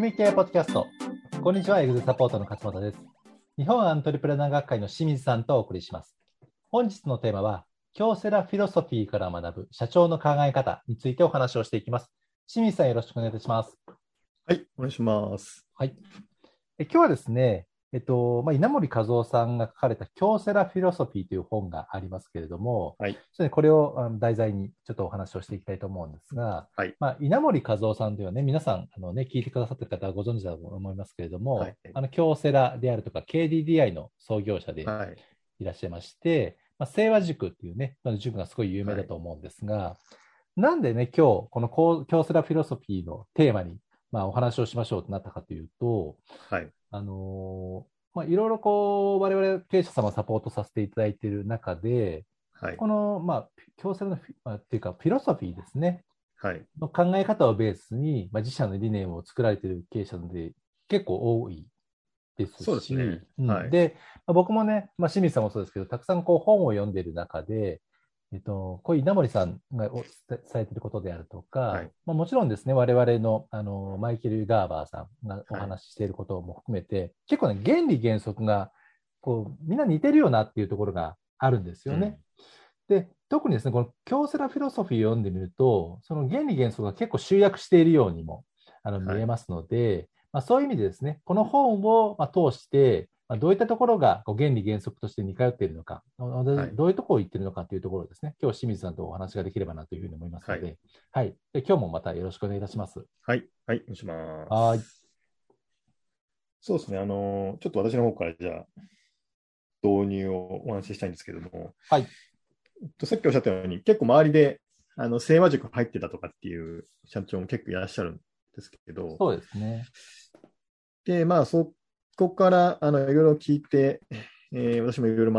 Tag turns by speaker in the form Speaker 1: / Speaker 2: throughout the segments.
Speaker 1: 組み系ポッドキャスト。こんにちは、エグゼサポートの勝俣です。日本アントレプレナー学会の清水さんとお送りします。本日のテーマは、京セラフィロソフィーから学ぶ社長の考え方についてお話をしていきます。清水さん、よろしくお願いいたします。
Speaker 2: はい、お願いします。
Speaker 1: はい。今日はですね、稲森和夫さんが書かれた京セラフィロソフィーという本がありますけれども、
Speaker 2: はい、
Speaker 1: これを題材にちょっとお話をしていきたいと思うんですが、
Speaker 2: はい、
Speaker 1: 稲森和夫さんというのはね、皆さん聞いてくださっている方はご存知だと思いますけれども、
Speaker 2: はい、
Speaker 1: 京セラであるとか KDDI の創業者で
Speaker 2: はい、
Speaker 1: いらっしゃいまして、清和塾っていうね、塾がすごい有名だと思うんですが、なんでね、今日、この京セラフィロソフィーのテーマに、お話をしましょうとなったかというと、
Speaker 2: はい、
Speaker 1: いろいろ我々経営者様をサポートさせていただいている中で、
Speaker 2: はい、
Speaker 1: この、京セラのっていうか、フィロソフィーですね、
Speaker 2: はい、
Speaker 1: の考え方をベースに、自社の理念を作られている経営者で結構多いです
Speaker 2: そうですね。
Speaker 1: し、
Speaker 2: はい、
Speaker 1: で、僕もね、清水さんもそうですけど、たくさん本を読んでいる中で、こういう稲森さんがされていることであるとか、
Speaker 2: はい、
Speaker 1: もちろんですね、我々の、マイケル・ガーバーさんがお
Speaker 2: はい、
Speaker 1: 話ししていることも含めて、結構ね、原理原則がみんな似てるよなっていうところがあるんですよね。
Speaker 2: うん、
Speaker 1: で、特にですね、この京セラフィロソフィーを読んでみると、その原理原則が結構集約しているようにも見
Speaker 2: はい、
Speaker 1: えますので、そういう意味でですね、この本を通して、どういったところが原理原則として似通っているのか、
Speaker 2: はい、
Speaker 1: どういうところを言っているのかというところをですね、今日清水さんとお話ができればなというふうに思います
Speaker 2: はい、
Speaker 1: ので、はい。で今日もまたよろしくお願いいたします。
Speaker 2: はい、はい、お願いしま
Speaker 1: はい。
Speaker 2: す。そうですね。ちょっと私の方からじゃあ、導入をお話ししたいんですけども、
Speaker 1: はい。
Speaker 2: さっきおっしゃったように、結構周りで、清和塾入ってたとかっていう社長も結構いらっしゃるんですけど、
Speaker 1: そうですね。
Speaker 2: で、そこから、いろいろ聞いて、私もいろいろ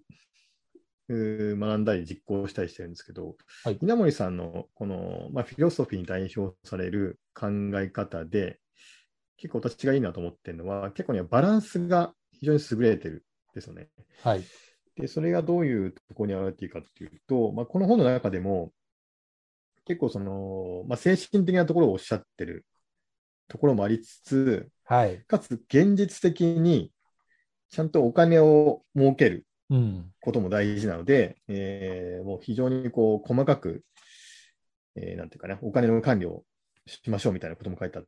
Speaker 2: 学んだり実行したりしてるんですけど、
Speaker 1: はい。
Speaker 2: 稲森さんのこの、フィロソフィーに代表される考え方で、結構私がいいなと思ってるのは、結構ね、バランスが非常に優れてるんですよね。
Speaker 1: はい。
Speaker 2: で、それがどういうところに現れているかというと、この本の中でも、結構その、精神的なところをおっしゃってるところもありつつ、
Speaker 1: はい。
Speaker 2: かつ現実的にちゃんとお金を儲ける
Speaker 1: うん。
Speaker 2: ことも大事なので、もう非常に細かく、なんていうかね、お金の管理をしましょうみたいなことも書いてあって、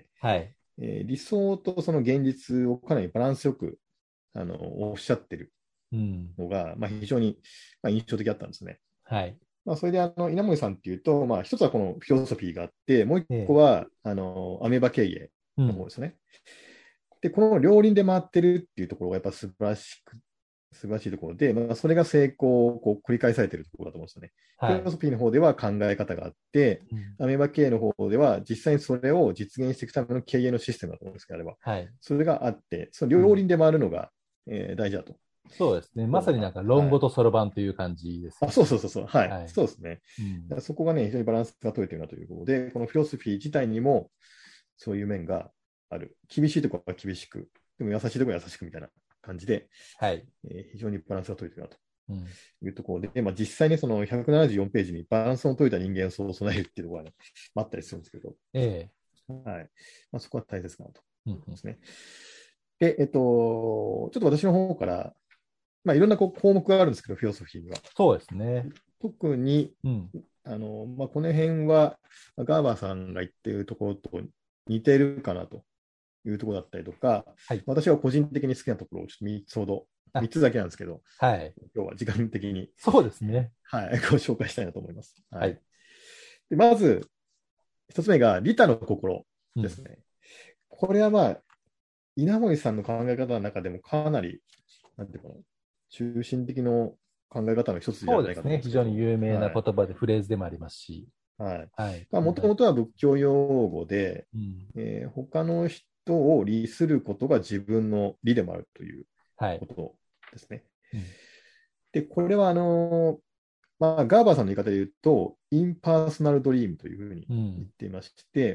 Speaker 1: はい。
Speaker 2: 理想とその現実をかなりバランスよくおっしゃってる
Speaker 1: うん。
Speaker 2: のが、非常に、印象的だったんですね。
Speaker 1: はい。
Speaker 2: それで稲森さんっていうと、一つはこのフィロソフィーがあって、もう一個
Speaker 1: ええ。
Speaker 2: はアメーバ経営
Speaker 1: うん。
Speaker 2: の方ですね。で、この両輪で回ってるっていうところがやっぱ素晴らしいところで、それが成功を繰り返されているところだと思うんですよね。フ
Speaker 1: はい。
Speaker 2: ィロソフィーの方では考え方があって、
Speaker 1: うん。
Speaker 2: アメーバ経営の方では実際にそれを実現していくための経営のシステムだと思うんですけど、あれは。
Speaker 1: はい。
Speaker 2: それがあって、その
Speaker 1: うん。
Speaker 2: 両輪で回るのが、大事だと。
Speaker 1: そうですね。まさになんか論
Speaker 2: はい。
Speaker 1: 語とそろばんという感じですよ
Speaker 2: そう
Speaker 1: ね。
Speaker 2: そうそうそう。はい。
Speaker 1: はい。
Speaker 2: そうですね。
Speaker 1: うん。
Speaker 2: だからそこがね、非常にバランスが取れているなということで、このフィロソフィー自体にもそういう面がある。厳しいところは厳しく、でも優しいところは優しくみたいな感じで、
Speaker 1: はい。
Speaker 2: 非常にバランスが取れているなと
Speaker 1: うん。
Speaker 2: いうところで、実際にその174ページにバランスの取れた人間を備えるっていうところがね、あったりするんですけど、
Speaker 1: ええ。
Speaker 2: はい。そこは大切かなと
Speaker 1: うん。うん。
Speaker 2: 思いますね。で、ちょっと私の方から、いろんな項目があるんですけど、フィロソフィーには。
Speaker 1: そうですね。
Speaker 2: 特に、
Speaker 1: うん。
Speaker 2: この辺は、ガーバーさんが言っているところと似ているかなというところだったりとか、
Speaker 1: はい。
Speaker 2: 私は個人的に好きなところをちょっと3つほど、
Speaker 1: あ、
Speaker 2: 3つだけなんですけど、
Speaker 1: はい。
Speaker 2: 今日は時間的に、
Speaker 1: そうですね。
Speaker 2: はい、ご紹介したいなと思います。はい。
Speaker 1: はい。
Speaker 2: でまず、1つ目が、利他の心
Speaker 1: うん。
Speaker 2: ですね。これは稲森さんの考え方の中でもかなり、なんていうかな、中心的な考え方の一つじゃないかと思うん
Speaker 1: そうですね。非常に
Speaker 2: ですけど、
Speaker 1: 有名な
Speaker 2: はい。
Speaker 1: 言葉でフレーズでもありますし。
Speaker 2: はい。
Speaker 1: はい。
Speaker 2: もともとは仏教用語で、
Speaker 1: うん。
Speaker 2: 他の人を利することが自分の利でもあるという
Speaker 1: はい。
Speaker 2: ことですね。
Speaker 1: うん。
Speaker 2: で、これはガーバーさんの言い方で言うと、インパーソナルドリームというふうに
Speaker 1: うん。
Speaker 2: 言っていまして、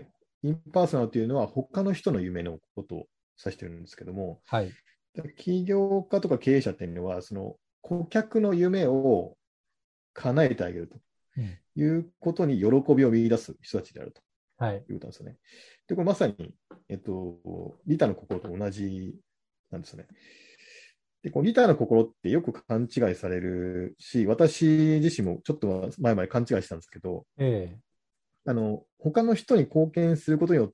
Speaker 2: インパーソナルというのは他の人の夢のことを指しているんですけども、
Speaker 1: はい。
Speaker 2: 起業家とか経営者っていうのは、その顧客の夢を叶えてあげると
Speaker 1: うん。
Speaker 2: いうことに喜びを見出す人たちであると
Speaker 1: はい。
Speaker 2: いうことなんですよね。 で、これまさに、利他の心と同じなんですよね。で、この利他の心ってよく勘違いされるし、私自身もちょっと前まで勘違いしたんですけど、
Speaker 1: ええ。
Speaker 2: 他の人に貢献することによって、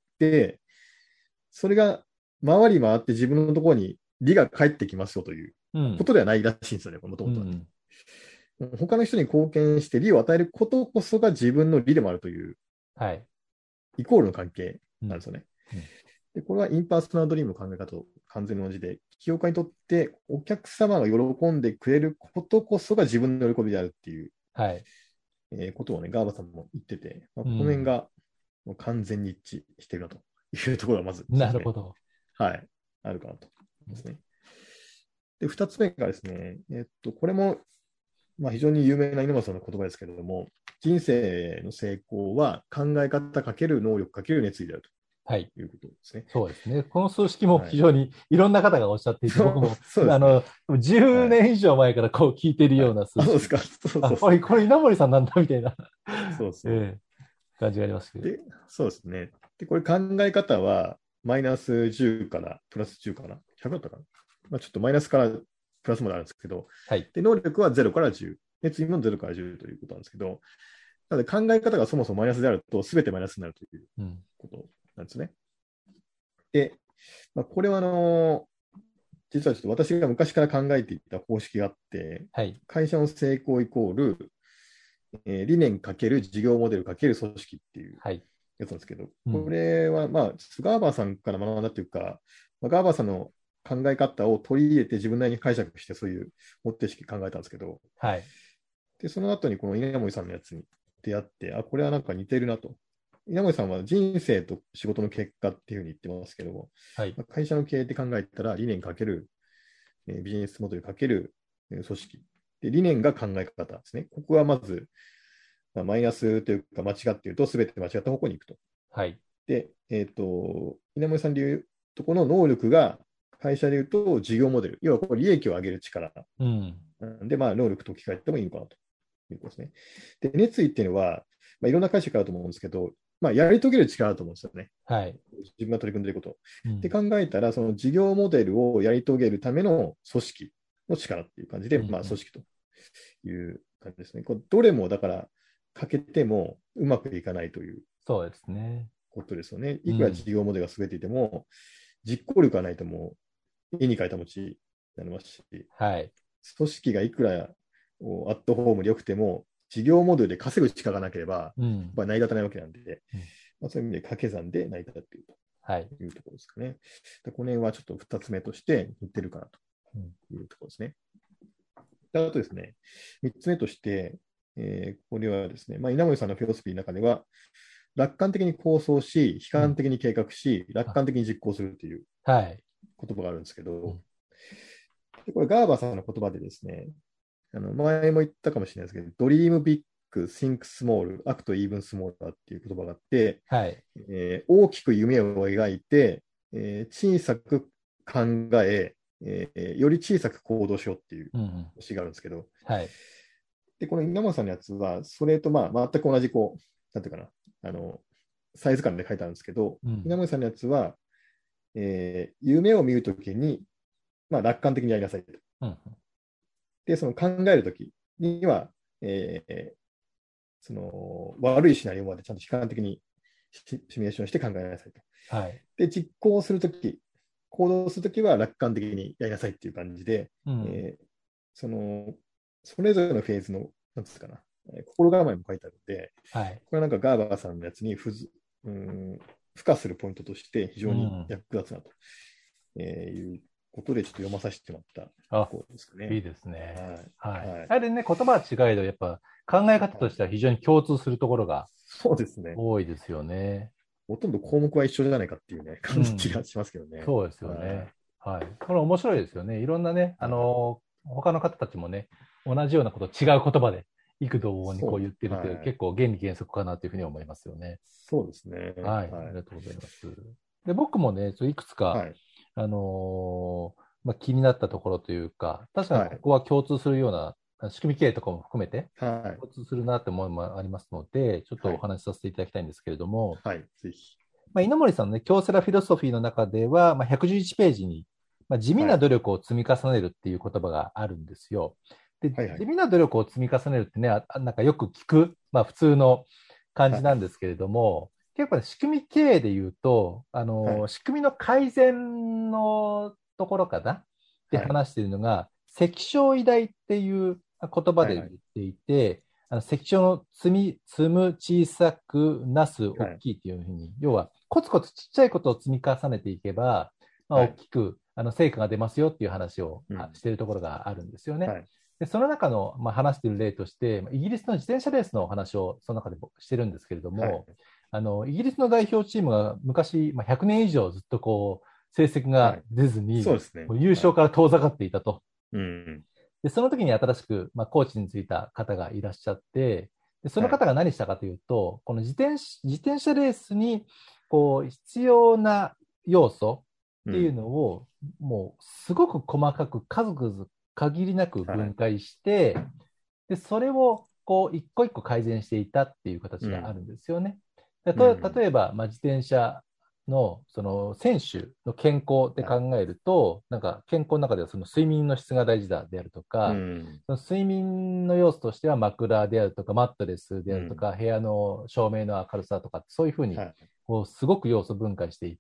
Speaker 2: それが回り回って自分のところに利が返ってきますよという
Speaker 1: うん。
Speaker 2: ことではないらしいんですよね、もと
Speaker 1: う
Speaker 2: もとはね。
Speaker 1: ん。
Speaker 2: 他の人に貢献して利を与えることこそが自分の利でもあるという
Speaker 1: はい。
Speaker 2: イコールの関係
Speaker 1: うん。
Speaker 2: なんですよね。
Speaker 1: うん。
Speaker 2: で、これはインパーソナルドリームの考え方と完全に同じで、起業家にとってお客様が喜んでくれることこそが自分の喜びであるっていう、
Speaker 1: はい。
Speaker 2: ことをね、ガーバさんも言ってて、この辺
Speaker 1: うん。
Speaker 2: がもう完全に一致しているなというところがまず一つ目、
Speaker 1: なるほど。
Speaker 2: はい、あるかなと思いますね。で、二つ目がですね、これも、非常に有名な稲葉さんの言葉ですけれども、人生の成功は考え方かける能力かける熱意である
Speaker 1: はい。
Speaker 2: ということですね。
Speaker 1: そうですね。この数式も
Speaker 2: はい。
Speaker 1: 非常にいろんな方がおっしゃっていて、僕も、
Speaker 2: そうですね。
Speaker 1: 10
Speaker 2: はい。
Speaker 1: 年以上前からこう聞いている
Speaker 2: はい。
Speaker 1: ような数
Speaker 2: あ、そうです
Speaker 1: 式。
Speaker 2: か。そうそ
Speaker 1: あ、
Speaker 2: うそう。
Speaker 1: これ稲森さんなんだみたいな、
Speaker 2: そうそう。
Speaker 1: ええ、感じがありますけど。
Speaker 2: で、そうですね。で、これ考え方は、マイナス10からプラス10かな。100だったかな。ちょっとマイナスからプラスまであるんですけど、
Speaker 1: はい。
Speaker 2: で、能力は0から10。熱意も0から10ということなんですけど、なので考え方がそもそもマイナスであると、すべてマイナスになるという
Speaker 1: うん。
Speaker 2: ことなんですね。で、これは実はちょっと私が昔から考えていた方式があって、
Speaker 1: はい。
Speaker 2: 会社の成功イコール、理念かける事業モデルかける組織っていう
Speaker 1: はい。
Speaker 2: やつなんですけど、こ
Speaker 1: うん。
Speaker 2: れは、ガーバーさんから学んだというか、ガーバーさんの考え方を取り入れて自分なりに解釈して、そういう持って意識考えたんですけど、
Speaker 1: はい。
Speaker 2: で、その後にこの稲森さんのやつに出会って、あ、これはなんか似てるなと。稲森さんは人生と仕事の結果っていうふうに言ってますけども、
Speaker 1: はい。
Speaker 2: 会社の経営って考えたら、理念かける、ビジネスモデルかける、組織。で、理念が考え方ですね。ここはまず、マイナスというか間違っていると、すべて間違った方向に行くと。
Speaker 1: はい。
Speaker 2: で、稲森さんでいうとこの能力が、会社でいうと事業モデル。要はこれ利益を上げる力。
Speaker 1: うん。
Speaker 2: で、能力と置き換えてもいいのかなということですね。で、熱意っていうのは、いろんな解釈あると思うんですけど、やり遂げる力だと思うんですよね。
Speaker 1: はい。
Speaker 2: 自分が取り組んでいること。で
Speaker 1: うん。
Speaker 2: 考えたら、その事業モデルをやり遂げるための組織の力っていう感じで、
Speaker 1: うん。
Speaker 2: 組織という感じですね。これどれもだから、かけてもうまくいかないという
Speaker 1: そうですね。
Speaker 2: ことですよね。いくら事
Speaker 1: うん。
Speaker 2: 業モデルが優れていても、実行力がないともう、絵に描いた餅になりますし、
Speaker 1: はい。
Speaker 2: 組織がいくらアットホームで良くても、事業モデルで稼ぐ力がなければ、
Speaker 1: うん。
Speaker 2: 成り立たないわけなんで、
Speaker 1: うん。
Speaker 2: そういう意味で掛け算で成り立っている
Speaker 1: はい。
Speaker 2: というところですかね。でこの辺はちょっと2つ目として似てるかな
Speaker 1: うん。
Speaker 2: というところですね。であとですね、3つ目として、これはですね、稲森さんのフィロソフィーの中では、楽観的に構想し、悲
Speaker 1: うん。
Speaker 2: 観的に計画し、楽
Speaker 1: あ、
Speaker 2: 観的に実行するという
Speaker 1: はい。
Speaker 2: 言葉があるんですけど、
Speaker 1: うん。
Speaker 2: でこれガーバーさんの言葉でですね、前も言ったかもしれないですけど、Dream Big, Think Small, Act Even Smaller っていう言葉があって、
Speaker 1: はい。
Speaker 2: 大きく夢を描いて、小さく考えより小さく行動しようっていう
Speaker 1: うん。うん。
Speaker 2: 詩があるんですけど、
Speaker 1: はい。
Speaker 2: で、この稲本さんのやつは、それと全く同じ、なんていうかな、サイズ感で書いてあるんですけど、
Speaker 1: うん。
Speaker 2: 稲本さんのやつは、夢を見るときに、楽観的にやりなさいと。
Speaker 1: うん。
Speaker 2: で、その考えるときには、その悪いシナリオまでちゃんと悲観的にシミュレーションして考えなさいと。
Speaker 1: はい。
Speaker 2: で、実行するとき、行動するときは楽観的にやりなさいっていう感じで、
Speaker 1: うん。
Speaker 2: それぞれのフェーズの、なんですかな、心構えも書いてあるので、
Speaker 1: はい。
Speaker 2: これはなんかガーバーさんのやつに付加するポイントとして非常に
Speaker 1: うん。
Speaker 2: 役立つなと、いうことでちょっと読まさせてもらったと
Speaker 1: あ、
Speaker 2: ころですかね。
Speaker 1: いいですね。
Speaker 2: はい。
Speaker 1: はい。
Speaker 2: はい。
Speaker 1: あれね、言葉は違いど、やっぱ考え方
Speaker 2: はい、
Speaker 1: としては非常に共通するところが
Speaker 2: そうですね。
Speaker 1: 多いですよね。
Speaker 2: ほとんど項目は一緒じゃないかっていうね、
Speaker 1: うん。
Speaker 2: 感じがしますけどね。
Speaker 1: そうですよ
Speaker 2: は
Speaker 1: ね。はい。これ面白いですよね。いろんなね、
Speaker 2: い。はい。
Speaker 1: 他の方たちもね、同じようなこと、違う言葉で幾度にこう言ってるという、
Speaker 2: はい。
Speaker 1: 結構原理原則かなというふうに思いますよね。
Speaker 2: そうですね。
Speaker 1: はい。あ
Speaker 2: はい。
Speaker 1: りがとうございます。で、僕もね、いくつか、
Speaker 2: はい。
Speaker 1: 気になったところというか、確かに
Speaker 2: はい。
Speaker 1: ここは共通するような仕組み経営とかも含めて、
Speaker 2: はい。
Speaker 1: 共通するなって思いもありますので、ちょっとお
Speaker 2: はい。
Speaker 1: 話しさせていただきたいんですけれども、
Speaker 2: はい。ぜひ。
Speaker 1: 稲森さんのね、京セラフィロソフィーの中では、111ページに、地味な努力を積み重ねるっていう言葉があるんですよ。で、
Speaker 2: はいはい。
Speaker 1: 地味な努力を積み重ねるってね、なんかよく聞く、普通の感じなんですけれども、結構ね、仕組み経営で言うと、
Speaker 2: はい。
Speaker 1: 仕組みの改善のところかなって
Speaker 2: はい。
Speaker 1: 話しているのが、積小偉大っていう言葉
Speaker 2: はい。はい。
Speaker 1: で言っていて、積小の積む小さくなす大
Speaker 2: はい。
Speaker 1: きいっていうふうに、要はコツコツちっちゃいことを積み重ねていけば、大
Speaker 2: はい。
Speaker 1: きく成果が出ますよっていう話を
Speaker 2: うん。
Speaker 1: しているところがあるんですよね。
Speaker 2: はい。
Speaker 1: で、その中の、話している例として、イギリスの自転車レースのお話をその中でしてるんですけれど
Speaker 2: はい。
Speaker 1: も、イギリスの代表チームが昔、100年以上ずっとこう、成績が
Speaker 2: はい。
Speaker 1: 出ずに、
Speaker 2: そうですね。
Speaker 1: もう優
Speaker 2: はい。
Speaker 1: 勝から遠ざかっていたと。
Speaker 2: うん。
Speaker 1: で、その時に新しく、コーチについた方がいらっしゃって、で、その
Speaker 2: はい。
Speaker 1: 方が何したかというと、この自転車レースに、こう、必要な要素っていう
Speaker 2: うん。
Speaker 1: のを、もう、すごく細かく、数々、限りなく
Speaker 2: はい。
Speaker 1: 分解して、で、それを、こう、一個一個改善していたっていう形があ
Speaker 2: うん。
Speaker 1: るんですよね。で
Speaker 2: うん。
Speaker 1: 例えば、自転車の、その、選手の健康って
Speaker 2: はい。
Speaker 1: 考えると、なんか、健康の中ではその睡眠の質が大事だであると
Speaker 2: う
Speaker 1: か、
Speaker 2: ん。
Speaker 1: その睡眠の要素としては枕であるとか、マットレスで
Speaker 2: うん。
Speaker 1: あるとか、部屋の照明の明るさとか、そういうふうに、
Speaker 2: はい。
Speaker 1: こう、すごく要素分解していって、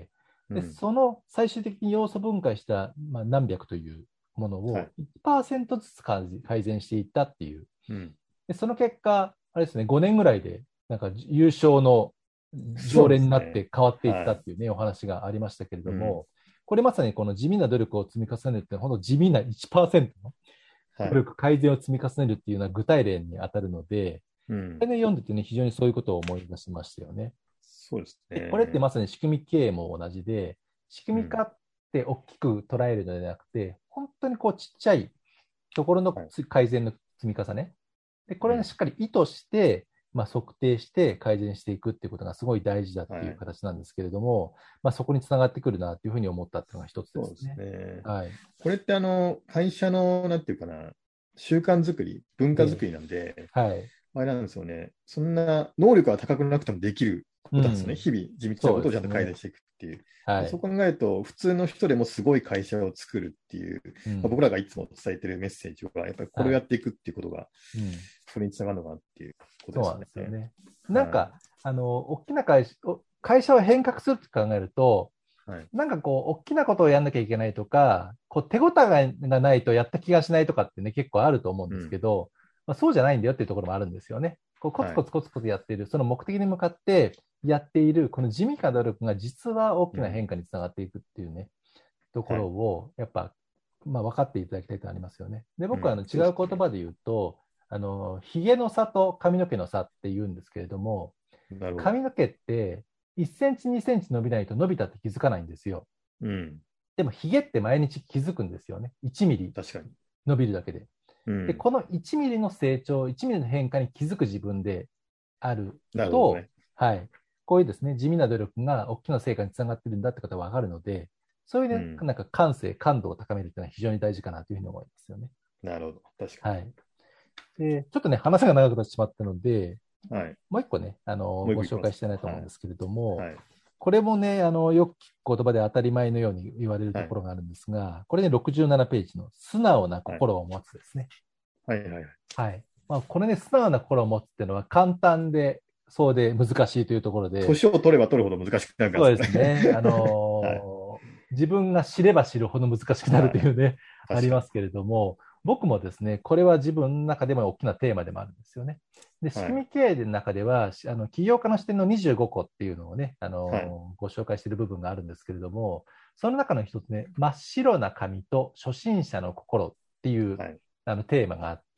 Speaker 1: で、
Speaker 2: うん。
Speaker 1: その最終的に要素分解した、何百というものを
Speaker 2: はい。
Speaker 1: 1%ずつ改善していったっていう。
Speaker 2: うん。
Speaker 1: で、その結果、あれですね、5年ぐらいで、なんか優勝の常
Speaker 2: そうで
Speaker 1: 連になっ
Speaker 2: すね。
Speaker 1: て変わっていっ
Speaker 2: はい。
Speaker 1: たっていうね、お話がありましたけれ
Speaker 2: うん。
Speaker 1: ども、これまさにこの地味な努力を積み重ねるって、ほんと地味な1%の
Speaker 2: はい。
Speaker 1: 努力、改善を積み重ねるっていうような具体例に当たるので、
Speaker 2: うん。
Speaker 1: これね、読んでてね、非常にそういうことを思い出しましたよね。
Speaker 2: そうです
Speaker 1: で、これって
Speaker 2: ね。
Speaker 1: まさに仕組み経営も同じで、仕
Speaker 2: うん。
Speaker 1: 組み化って大きく捉えるのではなくて、本当にこうちっちゃいところの
Speaker 2: はい。
Speaker 1: 改善の積み重ね。で、これをね、し
Speaker 2: うん。
Speaker 1: っかり意図して、測定して改善していくっていうことがすごい大事だっていう
Speaker 2: はい。
Speaker 1: 形なんですけれども、そこにつながってくるなっていうふうに思ったっていうのが一つで
Speaker 2: そうです
Speaker 1: すね。
Speaker 2: ね。
Speaker 1: はい。
Speaker 2: これって会社の、なんていうかな、習慣作り、文化作りなんで、
Speaker 1: はい。
Speaker 2: あれなんですよね。そんな能力は高くなくてもできることなんですよね。
Speaker 1: うん。
Speaker 2: 日々地道な
Speaker 1: そう
Speaker 2: ことをちゃんと改
Speaker 1: ですね。
Speaker 2: 善していくっていう。で、
Speaker 1: はい。
Speaker 2: そう考えると、普通の人でもすごい会社を作るっていう、
Speaker 1: うん。
Speaker 2: 僕らがいつも伝えてるメッセージは、やっぱりこれを
Speaker 1: はい。
Speaker 2: やっていくっていうことが、
Speaker 1: うん。
Speaker 2: それにつながるのかなっていうことですよ
Speaker 1: そうなんですよ
Speaker 2: ね。
Speaker 1: ね。なん
Speaker 2: は
Speaker 1: か、大きな会社を変革するって考えると、
Speaker 2: い。はい。
Speaker 1: なんかこう、大きなことをやんなきゃいけないとか、こう手応えがないとやった気がしないとかってね、結構あると思うんですけ
Speaker 2: うん。
Speaker 1: ど、そうじゃないんだよっていうところもあるんですよね。こうコツ
Speaker 2: はい。
Speaker 1: コツコツコツやっている、その目的に向かってやっている、この地味な努力が実は大きな
Speaker 2: うん。
Speaker 1: 変化につながっていくっていうね、とこ
Speaker 2: はい。
Speaker 1: ろを、やっぱ、分かっていただきたいとありますよね。で、僕は
Speaker 2: うん。
Speaker 1: 違う
Speaker 2: そうですね。
Speaker 1: 言葉で言うと、ひげの差と髪の毛の差って言うんですけれども、
Speaker 2: なるほど。
Speaker 1: 髪の毛って1センチ、2センチ伸びないと伸びたって気づかないんですよ。
Speaker 2: うん。
Speaker 1: でも、ヒゲって毎日気づくんですよね。1ミリ
Speaker 2: 確かに。
Speaker 1: 伸びるだけで。で、
Speaker 2: うん。
Speaker 1: この1ミリの成長、1ミリの変化に気づく自分であると、
Speaker 2: なるほどね。
Speaker 1: はい、こういうですね、地味な努力が大きな成果につながっているんだってことがわかるので、そういうね、
Speaker 2: うん。
Speaker 1: なんか感度を高めるっていうのは非常に大事かなというふうに思いますよね。
Speaker 2: なるほど。確か
Speaker 1: はい。で、ちょっとね、話が長くなってしまったので、
Speaker 2: に。はい。
Speaker 1: もう一個ね、ご
Speaker 2: もう一個いきます。
Speaker 1: 紹介したいなと思うん
Speaker 2: は
Speaker 1: ですけれども、
Speaker 2: い。はい。
Speaker 1: これもね、よく聞く言葉で当たり前のように言われると
Speaker 2: はい。
Speaker 1: ころがあるんですが、これね、67ページの素直な
Speaker 2: はい。
Speaker 1: 心を持つですね。
Speaker 2: はい。はい。
Speaker 1: はい。これね、素直な心を持つっていうのは簡単で、そうで難しいというところで、
Speaker 2: 年を取れば取るほど難しくなるから
Speaker 1: そう
Speaker 2: ですかね。
Speaker 1: ですね。
Speaker 2: はい。
Speaker 1: 自分が知れば知るほど難しくなると
Speaker 2: はい。
Speaker 1: いうね、あ
Speaker 2: 確かに。
Speaker 1: りますけれども、僕もですね、これは自分の中でも大きなテーマでもあるんですよね。で、仕
Speaker 2: はい。
Speaker 1: 組み経営の中では、起業家の視点の25個っていうのをね、
Speaker 2: はい。
Speaker 1: ご紹介している部分があるんですけれども、その中の一つね、真っ白な紙と初心者の心っていう
Speaker 2: はい。
Speaker 1: テーマがあって、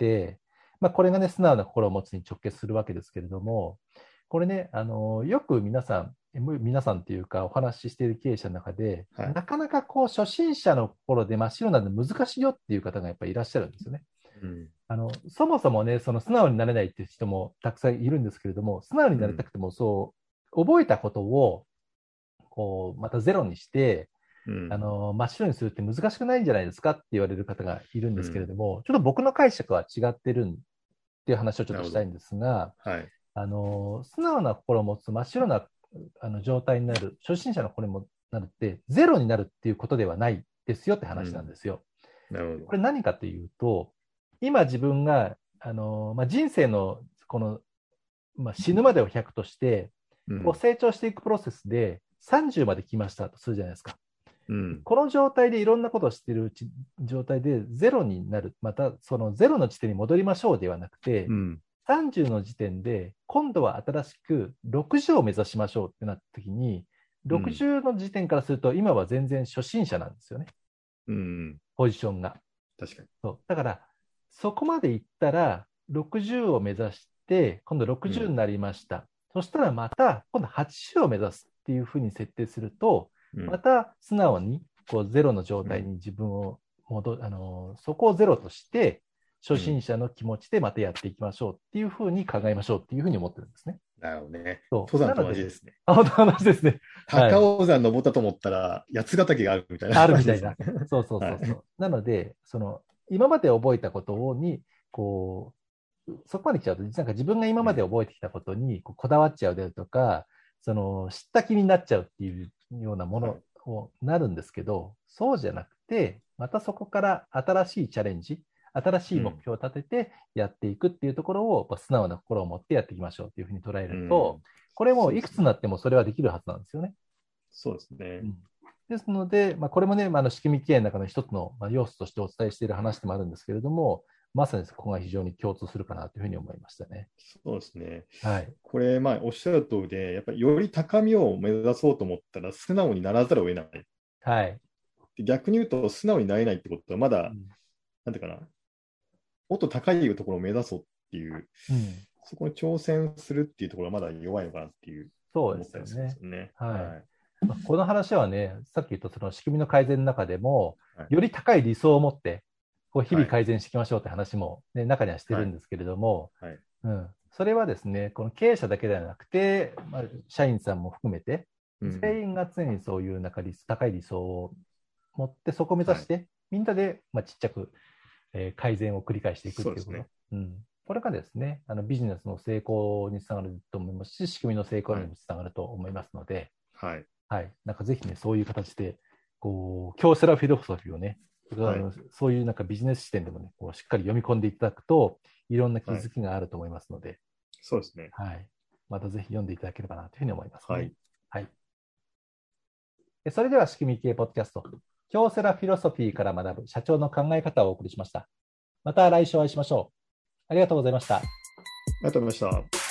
Speaker 1: これがね、素直な心を持つに直結するわけですけれども、これね、よく皆さんっていうか、お話ししている経営者の中で、
Speaker 2: はい。
Speaker 1: なかなかこう、初心者の心で真っ白なんで難しいよっていう方がやっぱりいらっしゃるんですよね。
Speaker 2: うん。
Speaker 1: そもそもね、その素直になれないっていう人もたくさんいるんですけれども、素直に
Speaker 2: うん。
Speaker 1: なりたくても、そう、覚えたことを、こう、またゼロにして、
Speaker 2: うん。
Speaker 1: 真っ白にするって難しくないんじゃないですかって言われる方がいるんですけれ
Speaker 2: うん。
Speaker 1: ども、ちょっと僕の解釈は違ってるっていう話をちょっ
Speaker 2: なるほど。
Speaker 1: としたいんですが、
Speaker 2: はい。
Speaker 1: 素直な心を持つ真っ白な状態になる、初心者のこれもなるって、ゼロになるっていうことではないですよって話なんですよ。
Speaker 2: なるほど。
Speaker 1: これ何かというと、今自分が、人生のこの、死ぬまでを100として、こう成長していくプロセスで30まで来ましたとするじゃないですか。この状態でいろんなことをしている状態でゼロになる、またそのゼロの地点に戻りましょうではなくて、30の時点で今度は新しく60を目指しましょうってなった時に、60の時点からすると今は全然初心者なんですよね、ポジションが。
Speaker 2: 確かに。
Speaker 1: そうだからそこまでいったら60を目指して今度60になりました、そしたらまた今度80を目指すっていうふうに設定すると、また素直にこうゼロの状態に自分をそこをゼロとして初心者の気持ちでまたやっていきましょうっていうふうに考えましょうっていうふうに思ってるんですね。
Speaker 2: なるほどね。登山と同じですね。
Speaker 1: 本当同じですね。
Speaker 2: 高尾山登ったと思ったら、八ヶ岳があるみたいな。
Speaker 1: あるみたいな。そうそうそうそう。なので、今まで覚えたことに、こう、そこまで来ちゃうと、なんか自分が今まで覚えてきたことにこだわっちゃうであるとか、知った気になっちゃうっていうようなものをなるんですけど、そうじゃなくて、またそこから新しいチャレンジ、新しい目標を立ててやっていくっていうところを、素直な心を持ってやっていきましょうっていうふうに捉えると、これもいくつになってもそれはできるはずなんですよね。
Speaker 2: そうですね。
Speaker 1: ですので、これもね、仕組み経営の中の一つの要素としてお伝えしている話でもあるんですけれども、まさにそこが非常に共通するかなというふうに思いましたね。
Speaker 2: そうですね。
Speaker 1: はい。
Speaker 2: これ、おっしゃる通りで、やっぱりより高みを目指そうと思ったら、素直にならざるを得ない。
Speaker 1: はい。
Speaker 2: 逆に言うと、素直になれないってことは、まだ、なんていうかな、もっと高いところを目指そうっていう、そこに挑戦するっていうところはまだ弱いのかなっていう。
Speaker 1: そうですよね。
Speaker 2: はい。
Speaker 1: この話はね、さっき言ったその仕組みの改善の中でも、より高い理想を持って、日々改善していきましょうって話も、ね、中にはしてるんですけれども、それはですね、この経営者だけではなくて、社員さんも含めて、全員が常にそういう高い理想を持って、そこを目指して、みんなでちっちゃく、改善を繰り返していくっていうこと。これがですね、ビジネスの成功につながると思いますし、仕組みの成功にもつながると思いますので、なんかぜひね、そういう形で、京セラフィロソフィーをね、そういうなんかビジネス視点でもね、しっかり読み込んでいただくと、いろんな気づきがあると思いますので、
Speaker 2: そうですね。
Speaker 1: またぜひ読んでいただければなというふうに思いますね。それでは仕組み系ポッドキャスト、京セラフィロソフィーから学ぶ社長の考え方をお送りしました。また来週お会いしましょう。ありがとうございました。
Speaker 2: ありがとうございました。